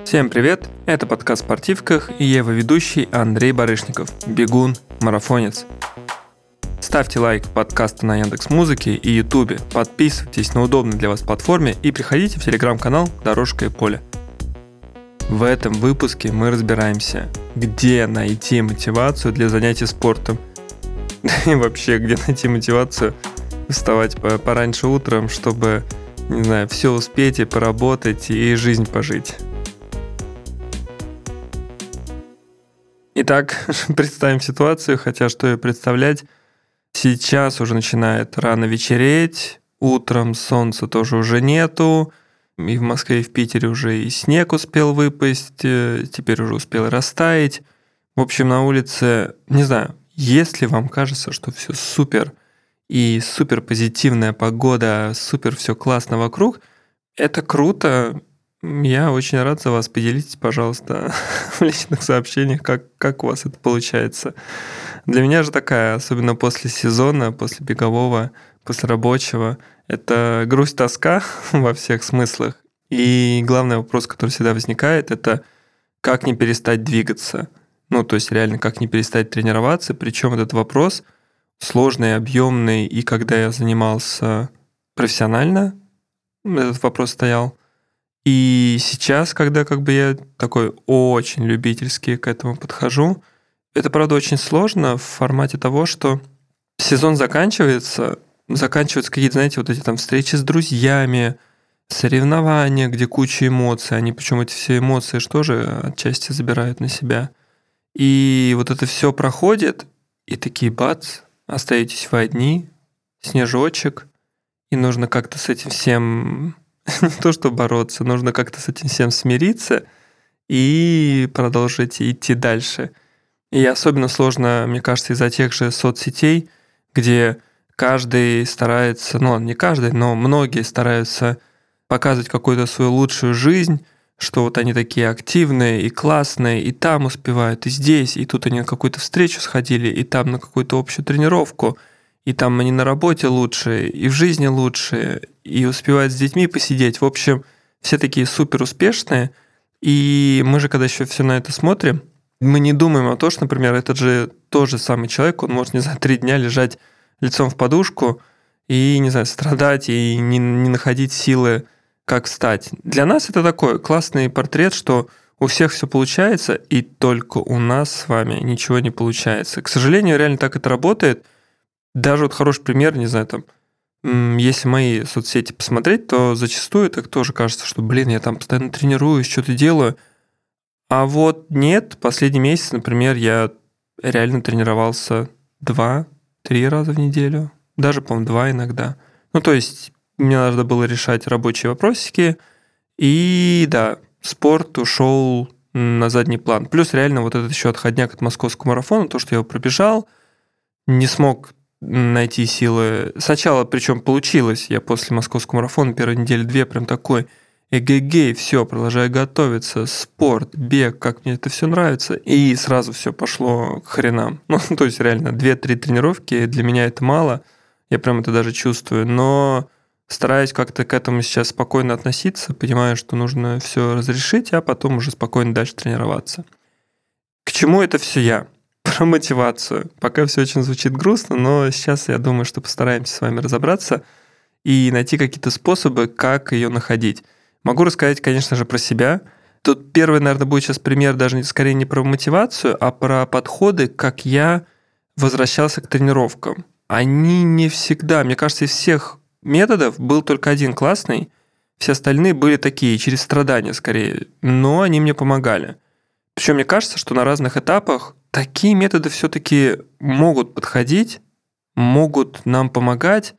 Всем привет! Это подкаст о спортивках и я его ведущий Андрей Барышников, бегун, марафонец. Ставьте лайк подкасту на Яндекс.Музыке и Ютубе, подписывайтесь на удобной для вас платформе и приходите в телеграм-канал «Дорожка и поле». В этом выпуске мы разбираемся, где найти мотивацию для занятий спортом и вообще, где найти мотивацию вставать пораньше утром, чтобы, не знаю, все успеть и поработать и жизнь пожить. Итак, представим ситуацию, хотя что ее представлять. Сейчас уже начинает рано вечереть, утром солнца тоже уже нету, и в Москве, и в Питере уже и снег успел выпасть, теперь уже успел растаять. В общем, на улице, не знаю, если вам кажется, что все супер, и супер позитивная погода, супер все классно вокруг, это круто. Я очень рад за вас. Поделитесь, пожалуйста, в личных сообщениях, как у вас это получается. Для меня же такая, особенно после сезона, после бегового, после рабочего, это грусть, тоска во всех смыслах. И главный вопрос, который всегда возникает, это как не перестать двигаться. То есть реально, как не перестать тренироваться. Причем этот вопрос сложный, объемный. И когда я занимался профессионально, этот вопрос стоял. И сейчас, когда я такой очень любительски к этому подхожу, это, правда, очень сложно в формате того, что сезон заканчивается какие-то, знаете, вот эти там встречи с друзьями, соревнования, где куча эмоций, они причем эти все эмоции что же отчасти забирают на себя. И вот это все проходит, и такие бац, остаетесь вы одни, снежочек, и нужно как-то с этим всем... Не то, что бороться, нужно как-то с этим всем смириться и продолжить идти дальше. И особенно сложно, мне кажется, из-за тех же соцсетей, где каждый старается, не каждый, но многие стараются показывать какую-то свою лучшую жизнь, что вот они такие активные и классные, и там успевают, и здесь, и тут они на какую-то встречу сходили, и там на какую-то общую тренировку, и там они на работе лучшие, и в жизни лучшие, и успевают с детьми посидеть. В общем, все такие супер успешные. И мы же, когда еще все на это смотрим, мы не думаем о том, что, например, этот же тот же самый человек, он может, 3 дня лежать лицом в подушку и, страдать, и не находить силы, как встать. Для нас это такой классный портрет, что у всех все получается, и только у нас с вами ничего не получается. К сожалению, реально так это работает. Даже вот хороший пример, если мои соцсети посмотреть, то зачастую так тоже кажется, что, я там постоянно тренируюсь, что-то делаю. А вот нет, последний месяц, например, я реально тренировался 2-3 раза в неделю, даже, по-моему, 2 иногда. То есть мне надо было решать рабочие вопросики, и да, спорт ушел на задний план. Плюс реально вот этот еще отходняк от московского марафона, то, что я его пробежал, не смог найти силы. Сначала, причем получилось, я после московского марафона первой недели 2 прям такой эгегей, все, продолжаю готовиться, спорт, бег, как мне это все нравится, и сразу все пошло к хренам. То есть реально 2-3 тренировки, для меня это мало, я прям это даже чувствую, но стараюсь как-то к этому сейчас спокойно относиться, понимаю, что нужно все разрешить, а потом уже спокойно дальше тренироваться. К чему это все я? Про мотивацию. Пока все очень звучит грустно, но сейчас я думаю, что постараемся с вами разобраться и найти какие-то способы, как ее находить. Могу рассказать, конечно же, про себя. Тут первый, наверное, будет сейчас пример даже скорее не про мотивацию, а про подходы, как я возвращался к тренировкам. Они не всегда, мне кажется, из всех методов был только один классный, все остальные были такие, через страдания скорее, но они мне помогали. Причем мне кажется, что на разных этапах такие методы все-таки могут подходить, могут нам помогать,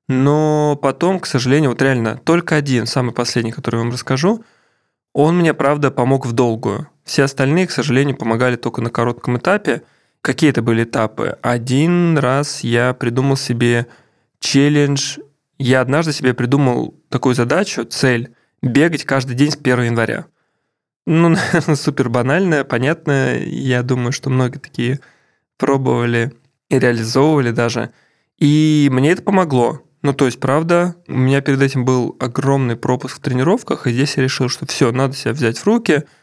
но потом, к сожалению, вот реально только один, самый последний, который я вам расскажу, он мне, правда, помог в долгую. Все остальные, к сожалению, помогали только на коротком этапе. Какие это были этапы? Один раз я придумал себе челлендж. Я однажды себе придумал такую задачу, цель – бегать каждый день с 1 января. Наверное, супер банальная, понятная. Я думаю, что многие такие пробовали и реализовывали даже. И мне это помогло. То есть, правда, у меня перед этим был огромный пропуск в тренировках, и здесь я решил, что все, надо себя взять в руки,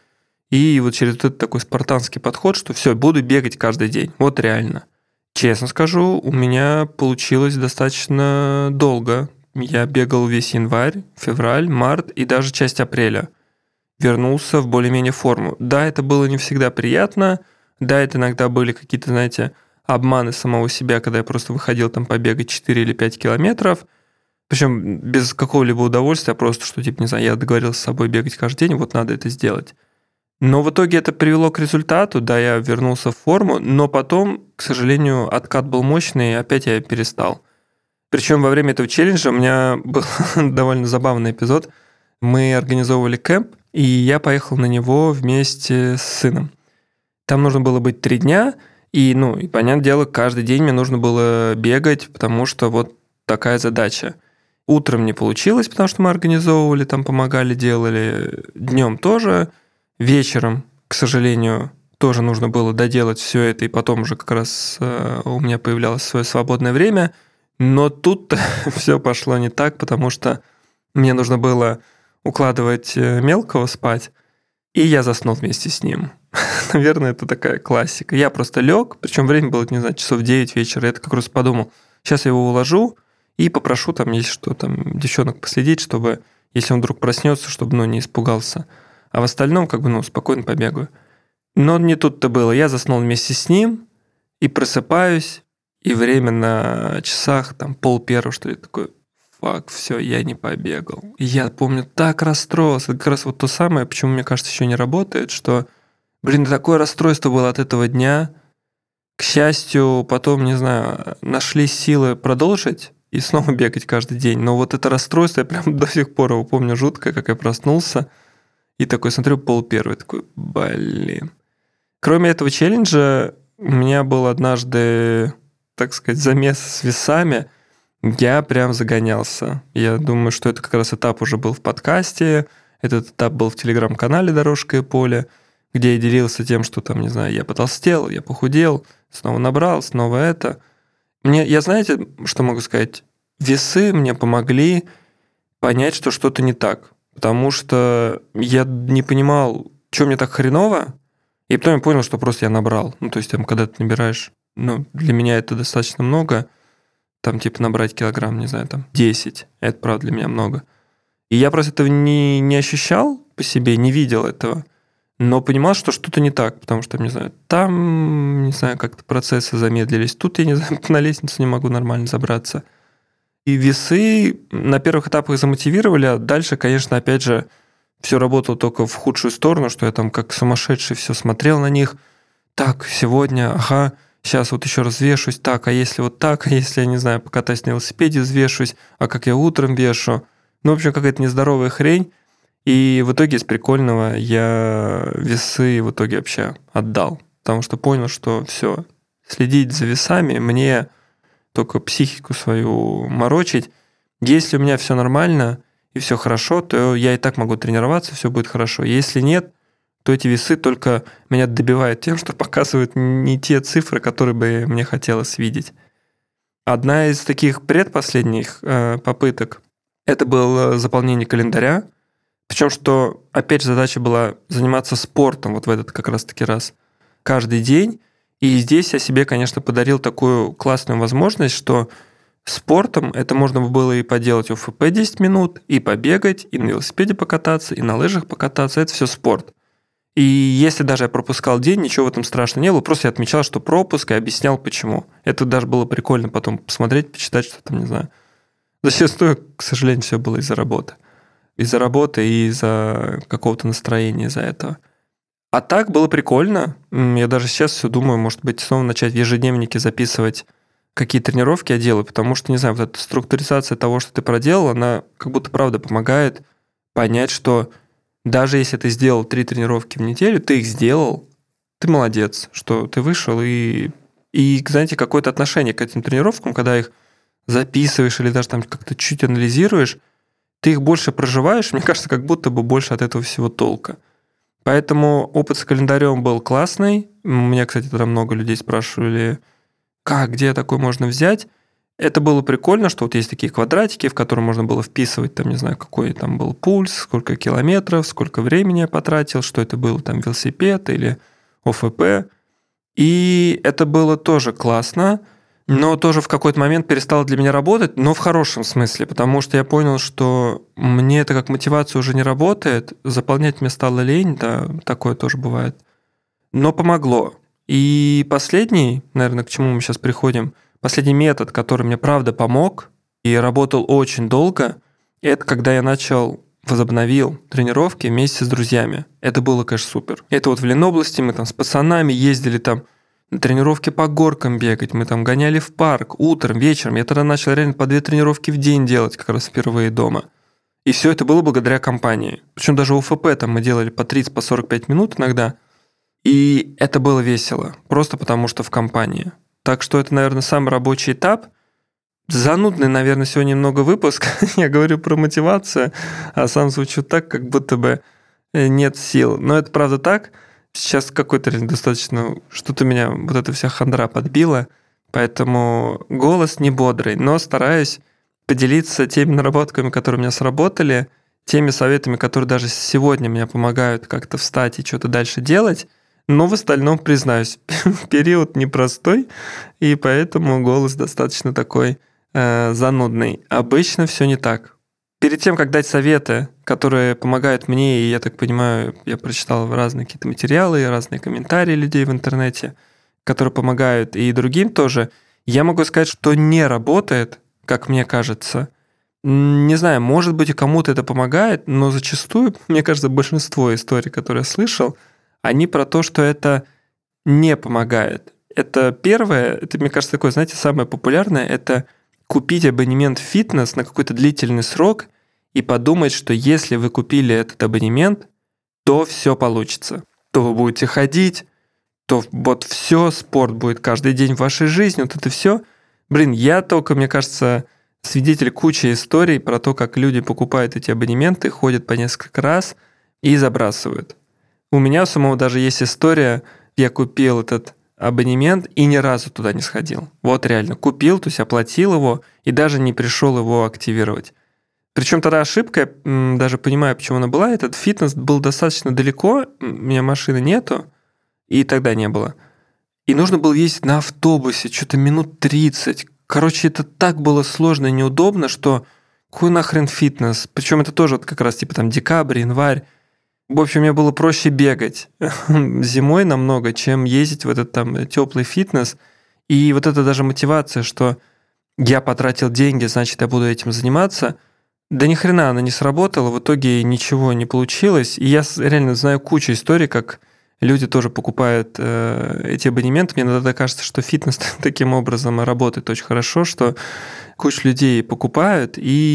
И вот через этот такой спартанский подход, что все, буду бегать каждый день. Вот реально. Честно скажу, у меня получилось достаточно долго. Я бегал весь январь, февраль, март и даже часть апреля. Вернулся в более-менее форму. Да, это было не всегда приятно. Да, это иногда были какие-то, знаете, обманы самого себя, когда я просто выходил там побегать 4 или 5 километров. Причем без какого-либо удовольствия, а просто, что, типа, не знаю, я договорился с собой бегать каждый день, вот надо это сделать. Но в итоге это привело к результату, да, я вернулся в форму, но потом, к сожалению, откат был мощный, и опять я перестал. Причем во время этого челленджа у меня был довольно забавный эпизод. Мы организовывали кэмп, и я поехал на него вместе с сыном. Там нужно было быть 3 дня, и, понятное дело, каждый день мне нужно было бегать, потому что вот такая задача. Утром не получилось, потому что мы организовывали, там помогали, делали. Днем тоже. Вечером, к сожалению, тоже нужно было доделать все это, и потом уже как раз у меня появлялось свое свободное время. Но тут все пошло не так, потому что мне нужно было укладывать мелкого спать, и я заснул вместе с ним. Наверное, это такая классика. Я просто лег, причем время было, не знаю, часов 9 вечера. Я как раз подумал, сейчас я его уложу и попрошу там, если что, там девчонок последить, чтобы, если он вдруг проснется, чтобы, не испугался. А в остальном, спокойно побегаю. Но не тут-то было. Я заснул вместе с ним и просыпаюсь, и время на часах, там, 12:30, что ли, такой, все, я не побегал. И я помню, так расстроился. Это как раз вот то самое, почему, мне кажется, еще не работает, что, такое расстройство было от этого дня. К счастью, потом, не знаю, нашли силы продолжить и снова бегать каждый день. Но вот это расстройство, я прям до сих пор его помню жутко, как я проснулся. И такой смотрю, 12:30, такой, блин. Кроме этого челленджа, у меня был однажды, так сказать, замес с весами. Я прям загонялся. Я думаю, что это как раз этап уже был в подкасте. Этот этап был в телеграм-канале «Дорожка и поле», где я делился тем, что там, не знаю, я потолстел, я похудел, снова набрал, снова это. Я знаете, что могу сказать? Весы мне помогли понять, что что-то не так. Потому что я не понимал, что мне так хреново, и потом я понял, что просто я набрал. То есть, когда ты набираешь, для меня это достаточно много, там, типа, набрать килограмм, не знаю, там, 10, это, правда, для меня много. И я просто этого не ощущал по себе, не видел этого, но понимал, что что-то не так, потому что, не знаю, там, не знаю, как-то процессы замедлились, тут я, не знаю, на лестницу не могу нормально забраться. И весы на первых этапах замотивировали, а дальше, конечно, опять же, все работало только в худшую сторону, что я там как сумасшедший все смотрел на них. Так, сегодня, ага, сейчас вот еще раз вешусь, так, а если вот так, а если, я не знаю, покатаюсь на велосипеде, взвешусь, а как я утром вешу. В общем, какая-то нездоровая хрень. И в итоге из прикольного я весы в итоге вообще отдал, потому что понял, что все, следить за весами мне только психику свою морочить. Если у меня все нормально и все хорошо, то я и так могу тренироваться, все будет хорошо. Если нет, то эти весы только меня добивают тем, что показывают не те цифры, которые бы мне хотелось видеть. Одна из таких предпоследних попыток – это было заполнение календаря. Причем, что, опять же, задача была заниматься спортом вот в этот как раз-таки раз каждый день. И здесь я себе, конечно, подарил такую классную возможность, что спортом это можно было и поделать ОФП 10 минут, и побегать, и на велосипеде покататься, и на лыжах покататься. Это все спорт. И если даже я пропускал день, ничего в этом страшного не было. Просто я отмечал, что пропуск, и объяснял, почему. Это даже было прикольно потом посмотреть, почитать, что там, не знаю. Зачастую, к сожалению, все было из-за работы. Из-за работы и из-за какого-то настроения из-за этого. А так было прикольно. Я даже сейчас все думаю, может быть, снова начать в ежедневнике записывать, какие тренировки я делаю, потому что, не знаю, вот эта структуризация того, что ты проделал, она как будто правда помогает понять, что даже если ты сделал 3 тренировки в неделю, ты их сделал, ты молодец, что ты вышел и знаете, какое-то отношение к этим тренировкам, когда их записываешь или даже там как-то чуть анализируешь, ты их больше проживаешь, мне кажется, как будто бы больше от этого всего толка. Поэтому опыт с календарем был классный. Меня, кстати, тогда много людей спрашивали, где такой можно взять. Это было прикольно, что вот есть такие квадратики, в которые можно было вписывать, там, не знаю, какой там был пульс, сколько километров, сколько времени я потратил, что это был там велосипед или ОФП. И это было тоже классно, но тоже в какой-то момент перестало для меня работать, но в хорошем смысле, потому что я понял, что мне это как мотивация уже не работает, заполнять мне стало лень, да, такое тоже бывает, но помогло. И последний, наверное, к чему мы сейчас приходим, последний метод, который мне правда помог и работал очень долго, это когда я возобновил тренировки вместе с друзьями. Это было, конечно, супер. Это вот в Ленобласти мы там с пацанами ездили там на тренировки по горкам бегать, мы там гоняли в парк утром, вечером. Я тогда начал реально по 2 тренировки в день делать, как раз впервые дома. И все это было благодаря компании. Причем даже УФП там мы делали по 30, по 45 минут иногда. И это было весело, просто потому что в компании. Так что это, наверное, самый рабочий этап. Занудный, наверное, сегодня немного выпуск. Я говорю про мотивацию, а сам звучу так, как будто бы нет сил. Но это правда так. Сейчас какой-то достаточно... Что-то меня вот эта вся хандра подбила, поэтому голос не бодрый, но стараюсь поделиться теми наработками, которые у меня сработали, теми советами, которые даже сегодня мне помогают как-то встать и что-то дальше делать. Но в остальном, признаюсь, период непростой, и поэтому голос достаточно такой занудный. Обычно все не так. Перед тем, как дать советы, которые помогают мне, и я так понимаю, я прочитал разные какие-то материалы, разные комментарии людей в интернете, которые помогают и другим тоже, я могу сказать, что не работает, как мне кажется. Не знаю, может быть, и кому-то это помогает, но зачастую, мне кажется, большинство историй, которые я слышал, они про то, что это не помогает. Это первое, это, мне кажется, такое, знаете, самое популярное, это купить абонемент в фитнес на какой-то длительный срок и подумать, что если вы купили этот абонемент, то все получится. То вы будете ходить, то вот все, спорт будет каждый день в вашей жизни, вот это все. Блин, я только, мне кажется, свидетель кучи историй про то, как люди покупают эти абонементы, ходят по несколько раз и забрасывают. У меня у самого даже есть история, я купил этот абонемент и ни разу туда не сходил. Вот реально, купил, то есть оплатил его и даже не пришел его активировать. Причем тогда ошибка, я даже понимаю, почему она была, этот фитнес был достаточно далеко, у меня машины нету, и тогда не было. И нужно было ездить на автобусе, что-то минут 30. Короче, это так было сложно и неудобно, что какой нахрен фитнес? Причем это тоже вот как раз типа там декабрь, январь. В общем, мне было проще бегать зимой намного, чем ездить в этот там теплый фитнес. И вот это даже мотивация, что я потратил деньги, значит, я буду этим заниматься. Да ни хрена она не сработала, в итоге ничего не получилось. И я реально знаю кучу историй, как люди тоже покупают эти абонементы. Мне иногда кажется, что фитнес таким образом работает очень хорошо, что куча людей покупают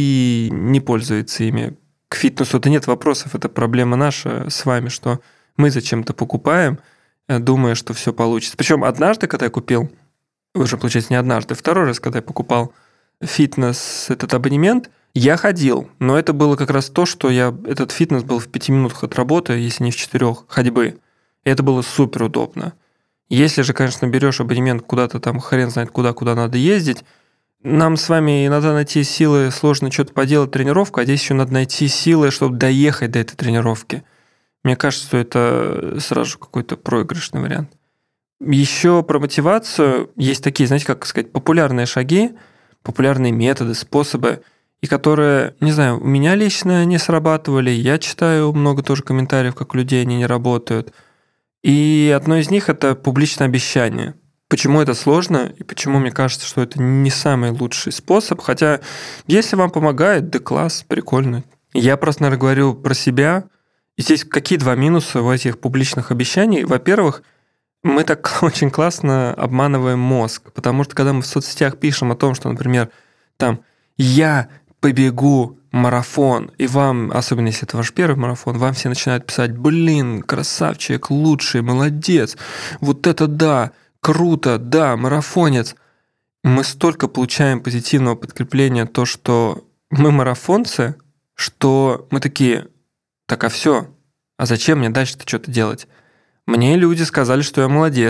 и не пользуются ими. К фитнесу-то нет вопросов, это проблема наша с вами, что мы зачем-то покупаем, думая, что все получится. Причем однажды, когда я купил, уже получается не однажды, второй раз, когда я покупал фитнес, этот абонемент, я ходил, но это было как раз то, что этот фитнес был в 5 минутах от работы, если не в 4 ходьбы. И это было супер удобно. Если же, конечно, берешь абонемент куда-то там, хрен знает куда надо ездить, нам с вами иногда найти силы, сложно что-то поделать тренировку, а здесь еще надо найти силы, чтобы доехать до этой тренировки. Мне кажется, что это сразу же какой-то проигрышный вариант. Еще про мотивацию есть такие, знаете, как сказать, популярные шаги, популярные методы, способы, и которые, не знаю, у меня лично не срабатывали. Я читаю много тоже комментариев, как у людей они не работают. И одно из них – это публичное обещание. Почему это сложно и почему мне кажется, что это не самый лучший способ, хотя если вам помогает, да класс, прикольно. Я просто, наверное, говорю про себя. И здесь какие 2 минуса в этих публичных обещаний? Во-первых, мы так очень классно обманываем мозг, потому что когда мы в соцсетях пишем о том, что, например, там «я побегу марафон», и вам, особенно если это ваш первый марафон, вам все начинают писать «блин, красавчик, лучший, молодец, вот это да, круто, да, марафонец». Мы столько получаем позитивного подкрепления, то, что мы марафонцы, что мы такие, так а все, а зачем мне дальше-то что-то делать? Мне люди сказали, что я молодец.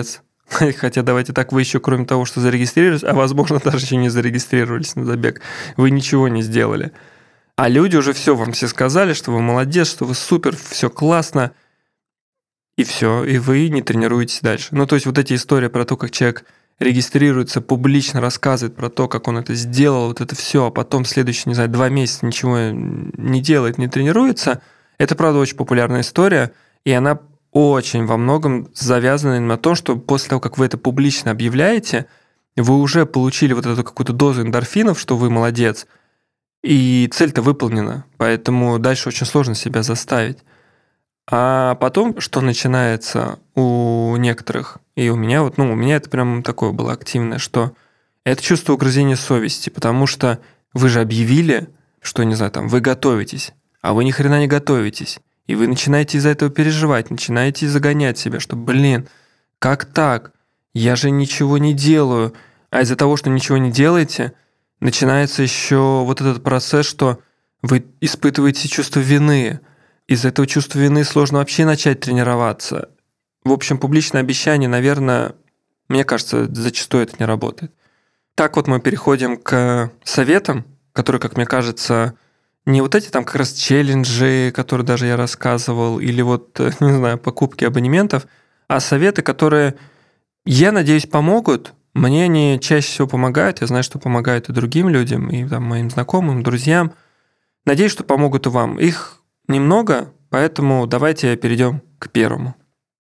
Хотя давайте так, вы еще кроме того, что зарегистрировались, а возможно даже еще не зарегистрировались на забег, вы ничего не сделали. А люди уже все вам все сказали, что вы молодец, что вы супер, все классно, и все, и вы не тренируетесь дальше. Ну, то есть вот эти истории про то, как человек регистрируется, публично рассказывает про то, как он это сделал, вот это все, а потом следующие, не знаю, 2 месяца ничего не делает, не тренируется, это, правда, очень популярная история, и она очень во многом завязана на том, что после того, как вы это публично объявляете, вы уже получили вот эту какую-то дозу эндорфинов, что вы молодец, и цель-то выполнена, поэтому дальше очень сложно себя заставить. А потом, что начинается у некоторых, и у меня вот, у меня это прям такое было активное, что это чувство угрызения совести, потому что вы же объявили, что, не знаю, там, вы готовитесь, а вы ни хрена не готовитесь, и вы начинаете из-за этого переживать, начинаете загонять себя, что, как так? Я же ничего не делаю. А из-за того, что ничего не делаете, начинается еще вот этот процесс, что вы испытываете чувство вины. Из-за этого чувства вины сложно вообще начать тренироваться. В общем, публичное обещание, наверное, мне кажется, зачастую это не работает. Так вот мы переходим к советам, которые, как мне кажется, не вот эти там как раз челленджи, которые даже я рассказывал, или вот, не знаю, покупки абонементов, а советы, которые, я надеюсь, помогут. Мне они чаще всего помогают. Я знаю, что помогают и другим людям, и там, моим знакомым, друзьям. Надеюсь, что помогут и вам. Их немного, поэтому давайте перейдем к первому.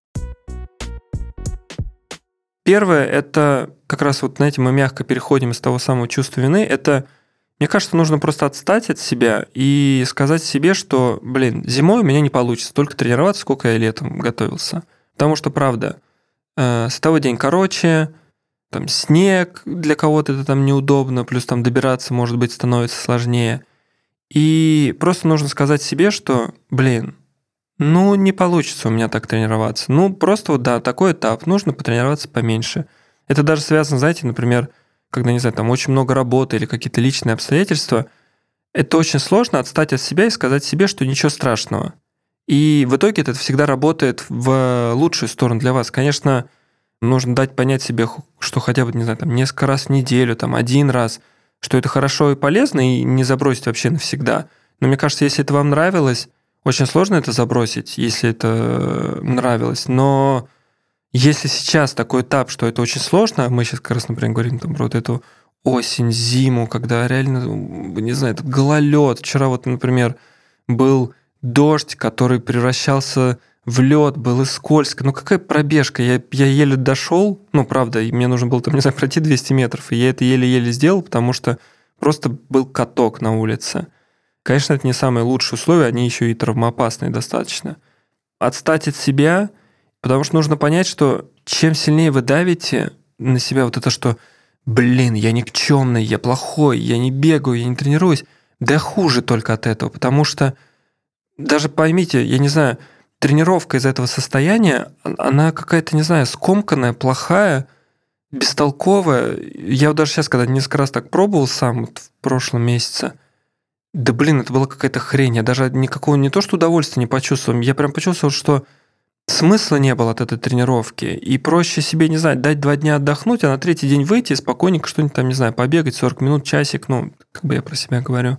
Первое – это как раз вот, знаете, мы мягко переходим из того самого чувства вины. Это, мне кажется, нужно просто отстать от себя и сказать себе, что, зимой у меня не получится столько тренироваться, сколько я летом готовился. Потому что, правда, световой день короче, там снег, для кого-то это там неудобно, плюс там добираться, может быть, становится сложнее. И просто нужно сказать себе, что, не получится у меня так тренироваться. Просто вот, да, такой этап, нужно потренироваться поменьше. Это даже связано, знаете, например, когда, не знаю, там очень много работы или какие-то личные обстоятельства, это очень сложно отстать от себя и сказать себе, что ничего страшного. И в итоге это всегда работает в лучшую сторону для вас. Конечно, нужно дать понять себе, что хотя бы, не знаю, там несколько раз в неделю, там один раз, что это хорошо и полезно, и не забросить вообще навсегда. Но мне кажется, если это вам нравилось, очень сложно это забросить, если это нравилось. Но если сейчас такой этап, что это очень сложно, мы сейчас как раз, например, говорим там, про вот эту осень, зиму, когда реально, не знаю, этот гололед. Вчера вот, например, был дождь, который превращался в лед, было скользко. Какая пробежка? Я еле дошел. Правда, мне нужно было там, не знаю, пройти 200 метров, и я это еле-еле сделал, потому что просто был каток на улице. Конечно, это не самые лучшие условия, они еще и травмоопасные достаточно. Отстать от себя, потому что нужно понять, что чем сильнее вы давите на себя вот это, что я никчемный, я плохой, я не бегаю, я не тренируюсь, да хуже только от этого, потому что даже поймите, я не знаю, тренировка из этого состояния, она какая-то, не знаю, скомканная, плохая, бестолковая. Я вот даже сейчас, когда несколько раз так пробовал сам в прошлом месяце, это была какая-то хрень. Я даже никакого не то что удовольствия не почувствовал, я прям почувствовал, что смысла не было от этой тренировки. И проще себе, не знаю, дать 2 дня отдохнуть, а на 3-й день выйти и спокойненько что-нибудь там, не знаю, побегать 40 минут, часик, как бы я про себя говорю.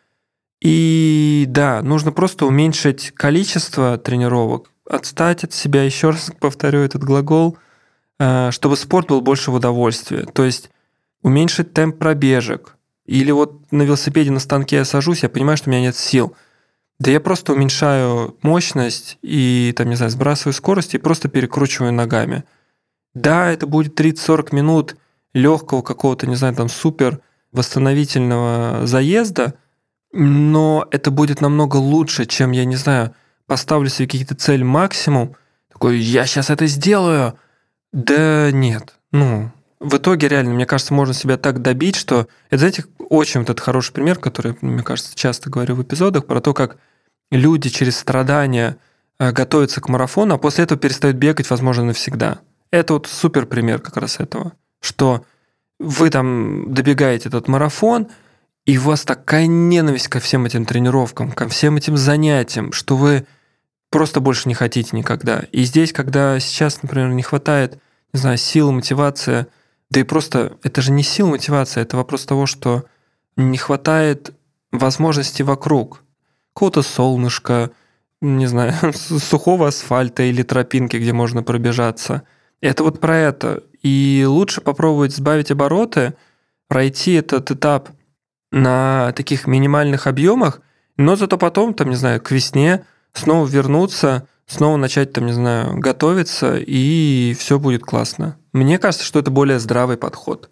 И да, нужно просто уменьшить количество тренировок, отстать от себя, еще раз повторю этот глагол, чтобы спорт был больше в удовольствии. То есть уменьшить темп пробежек. Или вот на велосипеде на станке я сажусь, я понимаю, что у меня нет сил. Да я просто уменьшаю мощность и, там, не знаю, сбрасываю скорость и просто перекручиваю ногами. Да, это будет 30-40 минут легкого какого-то, не знаю, там супер восстановительного заезда, но это будет намного лучше, чем, я не знаю, поставлю себе какие-то цели максимум, такой, я сейчас это сделаю. Да нет, в итоге реально, мне кажется, можно себя так добить, что... Это, знаете, очень вот этот хороший пример, который, мне кажется, часто говорю в эпизодах, про то, как люди через страдания готовятся к марафону, а после этого перестают бегать, возможно, навсегда. Это вот супер пример как раз этого, что вы там добегаете этот марафон, и у вас такая ненависть ко всем этим тренировкам, ко всем этим занятиям, что вы просто больше не хотите никогда. И здесь, когда сейчас, например, не хватает, не знаю, сила, мотивация. Да и просто это же не сила, мотивация, это вопрос того, что не хватает возможностей вокруг. Какого-то солнышка, не знаю, сухого асфальта или тропинки, где можно пробежаться. Это вот про это. И лучше попробовать сбавить обороты, пройти этот этап на таких минимальных объемах, но зато потом, там, не знаю, к весне снова вернуться, снова начать, там, не знаю, готовиться, и все будет классно. Мне кажется, что это более здравый подход.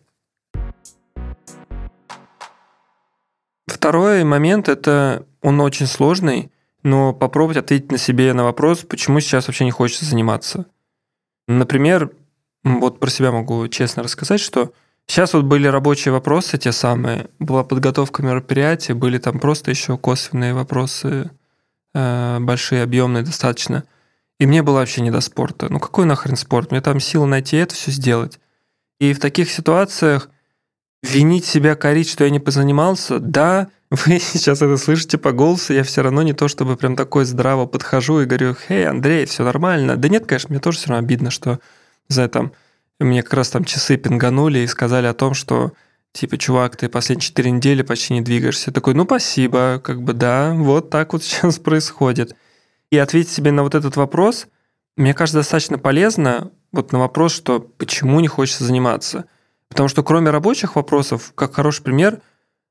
Второй момент – это он очень сложный, но попробовать ответить на себе на вопрос, почему сейчас вообще не хочется заниматься. Например, вот про себя могу честно рассказать, что сейчас вот были рабочие вопросы те самые, была подготовка мероприятия, были там просто еще косвенные вопросы, большие, объемные достаточно. И мне было вообще не до спорта. Ну какой нахрен спорт? Мне там силы найти это все сделать. И в таких ситуациях винить себя, корить, что я не позанимался, да, вы сейчас это слышите по голосу, я все равно не то, чтобы прям такой здраво подхожу и говорю: «Хей, Андрей, все нормально». Да нет, конечно, мне тоже все равно обидно, что, не знаю, там, мне как раз там часы пинганули и сказали о том, что, типа, чувак, ты последние 4 недели почти не двигаешься. Я такой: ну, спасибо, как бы да, вот так вот сейчас происходит. И ответить себе на вот этот вопрос, мне кажется, достаточно полезно, вот на вопрос, что почему не хочется заниматься. Потому что кроме рабочих вопросов, как хороший пример,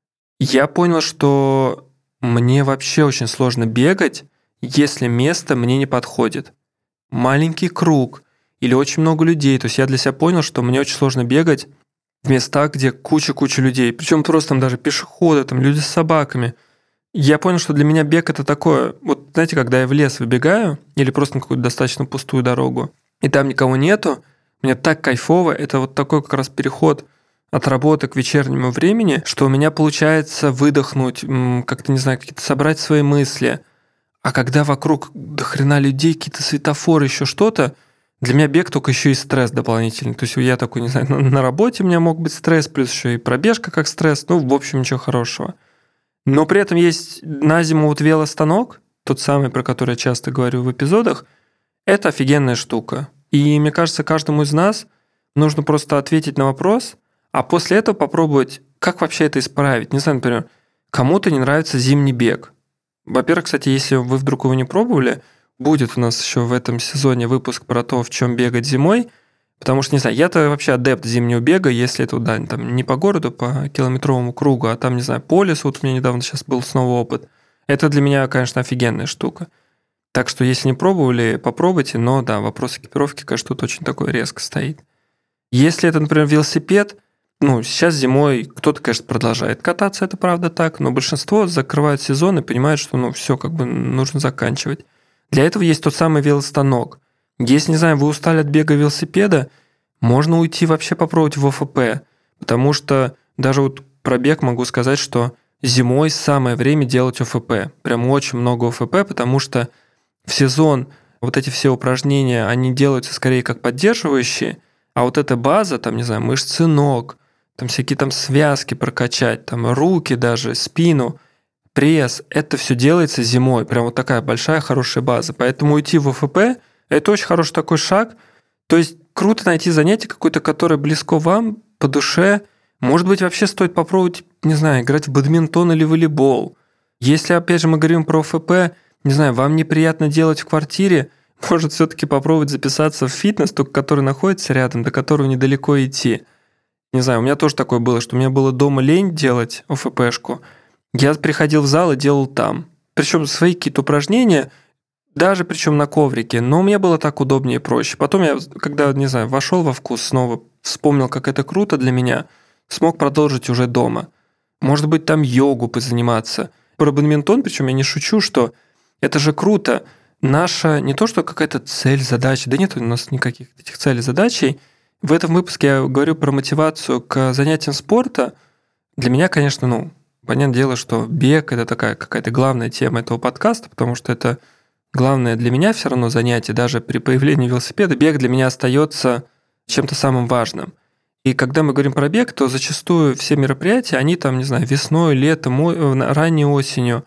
я понял, что мне вообще очень сложно бегать, если место мне не подходит. Маленький круг или очень много людей. То есть я для себя понял, что мне очень сложно бегать в местах, где куча-куча людей. Причем просто там даже пешеходы, там люди с собаками. Я понял, что для меня бег это такое. Вот знаете, когда я в лес выбегаю или просто на какую-то достаточно пустую дорогу, и там никого нету, мне так кайфово. Это вот такой как раз переход от работы к вечернему времени, что у меня получается выдохнуть, как-то, не знаю, какие-то собрать свои мысли. А когда вокруг до хрена людей, какие-то светофоры, еще что-то, для меня бег только еще и стресс дополнительный. То есть я такой, не знаю, на работе у меня мог быть стресс, плюс еще и пробежка как стресс. Ну, в общем, ничего хорошего. Но при этом есть на зиму вот велостанок, тот самый, про который я часто говорю в эпизодах, это офигенная штука. И мне кажется, каждому из нас нужно просто ответить на вопрос, а после этого попробовать, как вообще это исправить. Не знаю, например, кому-то не нравится зимний бег. Во-первых, кстати, если вы вдруг его не пробовали, будет у нас еще в этом сезоне выпуск про то, в чем бегать зимой. Потому что, не знаю, я-то вообще адепт зимнего бега, если это, да, там не по городу, по километровому кругу, а там, не знаю, по лесу, вот у меня недавно сейчас был снова опыт. Это для меня, конечно, офигенная штука. Так что, если не пробовали, попробуйте, но, да, вопрос экипировки, конечно, тут очень такой резко стоит. Если это, например, велосипед, ну, сейчас зимой кто-то, конечно, продолжает кататься, это правда так, но большинство закрывают сезон и понимают, что, ну, все, как бы нужно заканчивать. Для этого есть тот самый велостанок. Если, не знаю, вы устали от бега велосипеда, можно уйти вообще попробовать в ОФП, потому что даже вот про бег могу сказать, что зимой самое время делать ОФП. Прям очень много ОФП, потому что в сезон вот эти все упражнения, они делаются скорее как поддерживающие, а вот эта база, там, не знаю, мышцы ног, там всякие там связки прокачать, там руки даже, спину, пресс, это все делается зимой. Прям вот такая большая хорошая база. Поэтому уйти в ОФП – это очень хороший такой шаг. То есть круто найти занятие какое-то, которое близко вам, по душе. Может быть, вообще стоит попробовать, не знаю, играть в бадминтон или волейбол. Если, опять же, мы говорим про ОФП, не знаю, вам неприятно делать в квартире, может все-таки попробовать записаться в фитнес, только который находится рядом, до которого недалеко идти. Не знаю, у меня тоже такое было, что у меня было дома лень делать ОФПшку. Я приходил в зал и делал там. Причем свои какие-то упражнения, даже причем на коврике, но мне было так удобнее и проще. Потом я, когда, не знаю, вошел во вкус снова, вспомнил, как это круто для меня, смог продолжить уже дома. Может быть, там йогу позаниматься. Про бадминтон, причем я не шучу, что это же круто. Наша не то, что какая-то цель, задача, да нет у нас никаких этих целей, задачей. В этом выпуске я говорю про мотивацию к занятиям спорта. Для меня, конечно, ну, понятное дело, что бег – это такая какая-то главная тема этого подкаста, потому что это главное для меня все равно занятие. Даже при появлении велосипеда бег для меня остается чем-то самым важным. И когда мы говорим про бег, то зачастую все мероприятия, они там, не знаю, весной, летом, ранней осенью.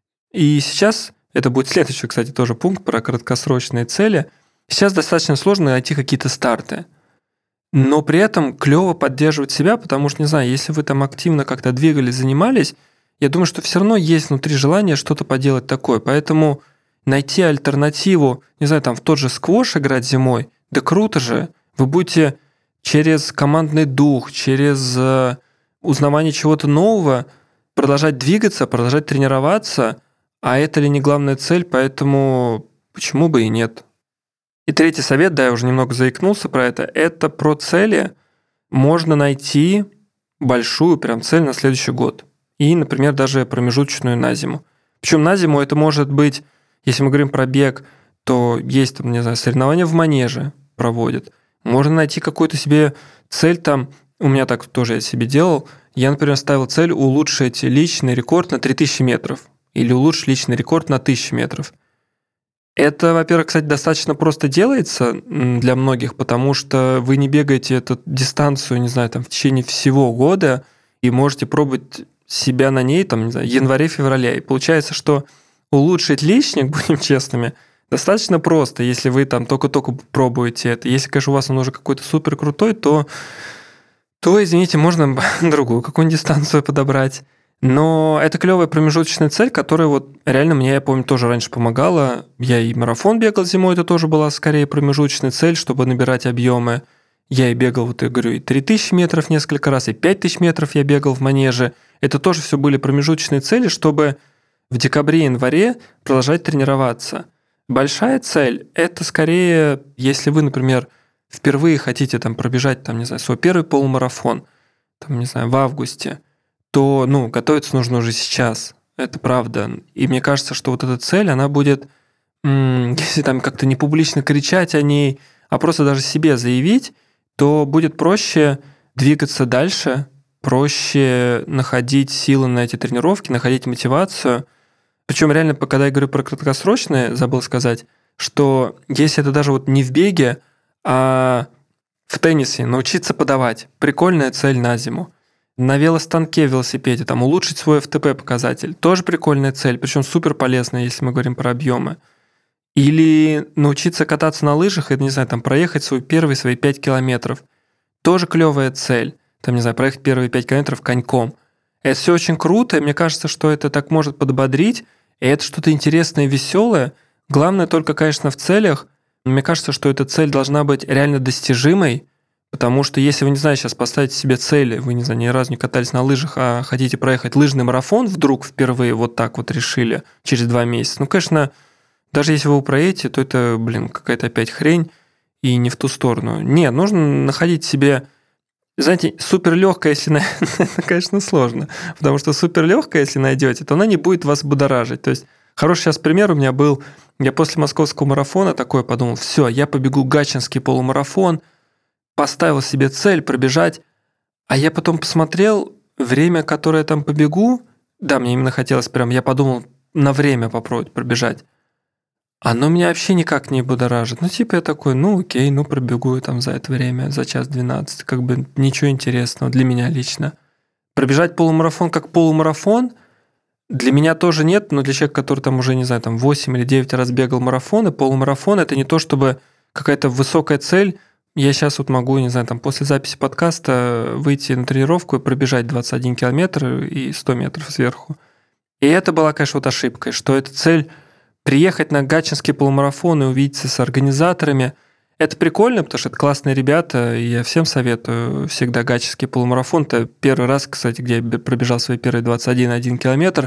И сейчас, это будет следующий, кстати, тоже пункт про краткосрочные цели, сейчас достаточно сложно найти какие-то старты. но при этом клево поддерживать себя, потому что, не знаю, если вы там активно как-то двигались, занимались, я думаю, что все равно есть внутри желание что-то поделать такое. Поэтому найти альтернативу, не знаю, там в тот же сквош играть зимой, да круто же. Вы будете через командный дух, через узнавание чего-то нового продолжать двигаться, продолжать тренироваться, а это ли не главная цель, поэтому почему бы и нет. И третий совет, да, я уже немного заикнулся про это про цели. Можно найти большую прям цель на следующий год. И, например, даже промежуточную на зиму. Причем на зиму это может быть, если мы говорим про бег, то есть там, не знаю, соревнования в манеже проводят. Можно найти какую-то себе цель там, у меня так тоже я себе делал. Я, например, ставил цель улучшить личный рекорд на 3000 метров или улучшить личный рекорд на 1000 метров. Это, во-первых, кстати, достаточно просто делается для многих, потому что вы не бегаете эту дистанцию, не знаю, там в течение всего года и можете пробовать себя на ней, там, не знаю, январе-феврале. И получается, что улучшить личник, будем честными, достаточно просто, если вы там только-только пробуете это. Если, конечно, у вас он уже какой-то супер крутой, то извините, можно другую какую-нибудь дистанцию подобрать. Но это клевая промежуточная цель, которая вот реально мне, я помню, тоже раньше помогала. Я и марафон бегал зимой, это тоже была скорее промежуточная цель, чтобы набирать объемы. Я и бегал, вот я говорю, и 3000 метров несколько раз, и 5000 метров я бегал в манеже. Это тоже все были промежуточные цели, чтобы в декабре-январе продолжать тренироваться. Большая цель – это скорее, если вы, например, впервые хотите там пробежать, там, не знаю, свой первый полумарафон, там, не знаю, в августе, то, готовиться нужно уже сейчас. Это правда. И мне кажется, что вот эта цель, она будет, если там как-то не публично кричать о ней, а просто даже себе заявить, то будет проще двигаться дальше, проще находить силы на эти тренировки, находить мотивацию. Причем реально, когда я говорю про краткосрочные, забыл сказать, что если это даже вот не в беге, а в теннисе научиться подавать. Прикольная цель на зиму. На велостанке, велосипеде, там улучшить свой ФТП-показатель. Тоже прикольная цель, причем супер полезная, если мы говорим про объемы. Или научиться кататься на лыжах и, не знаю, там проехать свои 5 километров. Тоже клевая цель. Там, не знаю, проехать первые 5 километров коньком. Это все очень круто, и мне кажется, что это так может подбодрить, и это что-то интересное и веселое. Главное только, конечно, в целях. Мне кажется, что эта цель должна быть реально достижимой, потому что если вы, не знаю, сейчас поставите себе цели, вы, не знаю, ни разу не катались на лыжах, а хотите проехать лыжный марафон вдруг впервые вот так вот решили через 2 месяца, конечно, даже если вы его проедете, то это, какая-то опять хрень и не в ту сторону. Нет, нужно находить себе, знаете, суперлегкая, если это, конечно, сложно, потому что суперлегкая, если найдете, то она не будет вас будоражить. То есть хороший сейчас пример у меня был, я после московского марафона такой подумал, все, я побегу гатчинский полумарафон, поставил себе цель пробежать, а я потом посмотрел время, которое я там побегу, да, мне именно хотелось прям, я подумал, на время попробовать пробежать. Оно меня вообще никак не будоражит. Я такой, окей, пробегу там за это время, за 1:12, как бы ничего интересного для меня лично. Пробежать полумарафон как полумарафон для меня тоже нет, но для человека, который там уже, не знаю, там 8 или 9 раз бегал марафоны, полумарафон – это не то, чтобы какая-то высокая цель. Я сейчас вот могу, не знаю, там после записи подкаста выйти на тренировку и пробежать 21 километр и 100 метров сверху. И это была, конечно, вот ошибкой, что эта цель приехать на гатчинский полумарафон и увидеться с организаторами. Это прикольно, потому что это классные ребята, и я всем советую всегда гатчинский полумарафон. Это первый раз, кстати, где я пробежал свои первые 21 километр.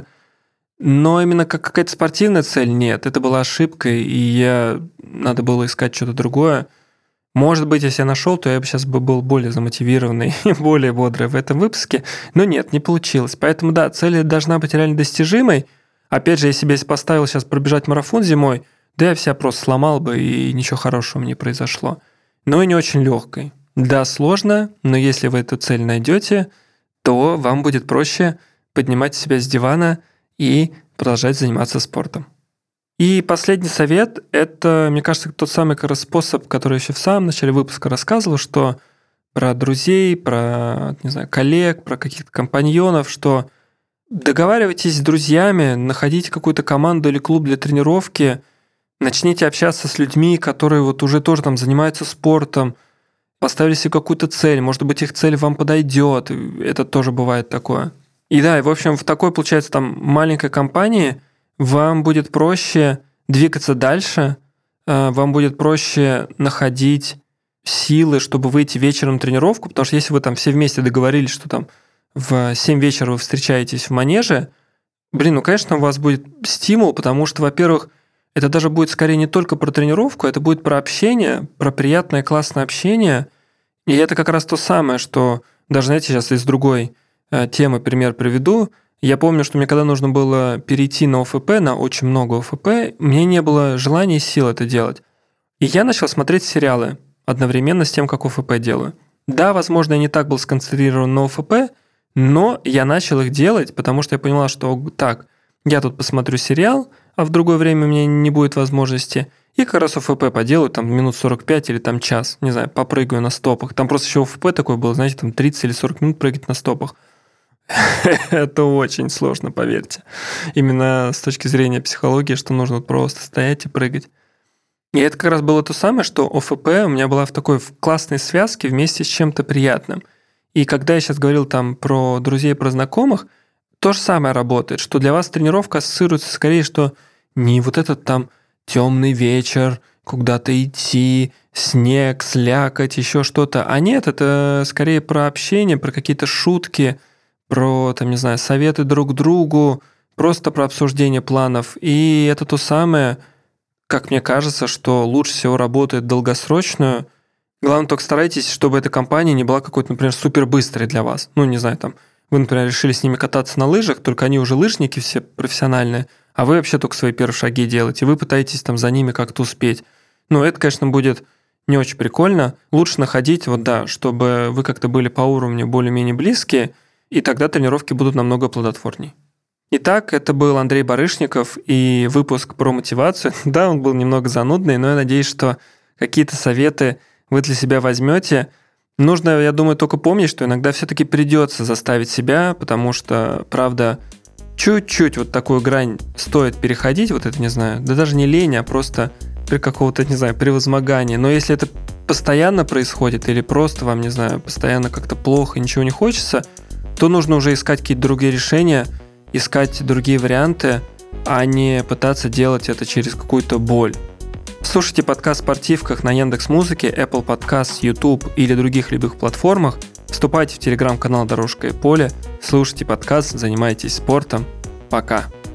Но именно как какая-то спортивная цель нет. Это была ошибкой, и надо было искать что-то другое. Может быть, если я нашел, то я бы сейчас был более замотивированный и более бодрый в этом выпуске. Но нет, не получилось. Поэтому да, цель должна быть реально достижимой. Опять же, я себе поставил сейчас пробежать марафон зимой, да я себя просто сломал бы, и ничего хорошего не произошло. Но и не очень легкой. Да, сложно, но если вы эту цель найдете, то вам будет проще поднимать себя с дивана и продолжать заниматься спортом. И последний совет – это, мне кажется, тот самый способ, который я еще в самом начале выпуска рассказывал, что про друзей, про, не знаю, коллег, про каких-то компаньонов, что договаривайтесь с друзьями, находите какую-то команду или клуб для тренировки, начните общаться с людьми, которые вот уже тоже там занимаются спортом. поставили себе какую-то цель, может быть, их цель вам подойдет, это тоже бывает такое. И да, и в общем, в такой, получается, там маленькой компании вам будет проще двигаться дальше, вам будет проще находить силы, чтобы выйти вечером на тренировку, потому что если вы там все вместе договорились, что там в 7 вечера вы встречаетесь в манеже, конечно, у вас будет стимул, потому что, во-первых, это даже будет скорее не только про тренировку, это будет про общение, про приятное, классное общение. И это как раз то самое, что даже, знаете, сейчас из другой темы пример приведу. Я помню, что мне когда нужно было перейти на ОФП, на очень много ОФП, мне не было желания и сил это делать. И я начал смотреть сериалы одновременно с тем, как ОФП делаю. Да, возможно, я не так был сконцентрирован на ОФП, но я начал их делать, потому что я поняла, что так, я тут посмотрю сериал, а в другое время у меня не будет возможности, и как раз ОФП поделаю, там минут 45 или там час, не знаю, попрыгаю на стопах. Там просто еще ОФП такой был, знаете, там 30 или 40 минут прыгать на стопах. Это очень сложно, поверьте. Именно с точки зрения психологии, что нужно просто стоять и прыгать. И это как раз было то самое, что ОФП у меня была в такой классной связке вместе с чем-то приятным. И когда я сейчас говорил там про друзей, про знакомых, то же самое работает, что для вас тренировка ассоциируется скорее, что не вот этот там темный вечер, куда-то идти, снег, слякоть, еще что-то. А нет, это скорее про общение, про какие-то шутки, про, там, не знаю, советы друг другу, просто про обсуждение планов. И это то самое, как мне кажется, что лучше всего работает долгосрочную. Главное, только старайтесь, чтобы эта компания не была какой-то, например, супербыстрой для вас. Не знаю, там, вы, например, решили с ними кататься на лыжах, только они уже лыжники все профессиональные, а вы вообще только свои первые шаги делаете, вы пытаетесь там за ними как-то успеть. Это, конечно, будет не очень прикольно. Лучше находить, чтобы вы как-то были по уровню более-менее близкие, и тогда тренировки будут намного плодотворней. Итак, это был Андрей Барышников и выпуск про мотивацию. Да, он был немного занудный, но я надеюсь, что какие-то советы вы для себя возьмете. Нужно, я думаю, только помнить, что иногда все-таки придется заставить себя, потому что, правда, чуть-чуть вот такую грань стоит переходить, не знаю, да даже не лень, а просто при какого-то, не знаю, превозмогании. Но если это постоянно происходит или просто вам, не знаю, постоянно как-то плохо, ничего не хочется, то нужно уже искать какие-то другие решения, искать другие варианты, а не пытаться делать это через какую-то боль. Слушайте подкаст в «Спортивках» на Яндекс.Музыке, Apple Podcasts, YouTube или других любых платформах. Вступайте в телеграм-канал «Дорожка и поле», слушайте подкаст, занимайтесь спортом. Пока!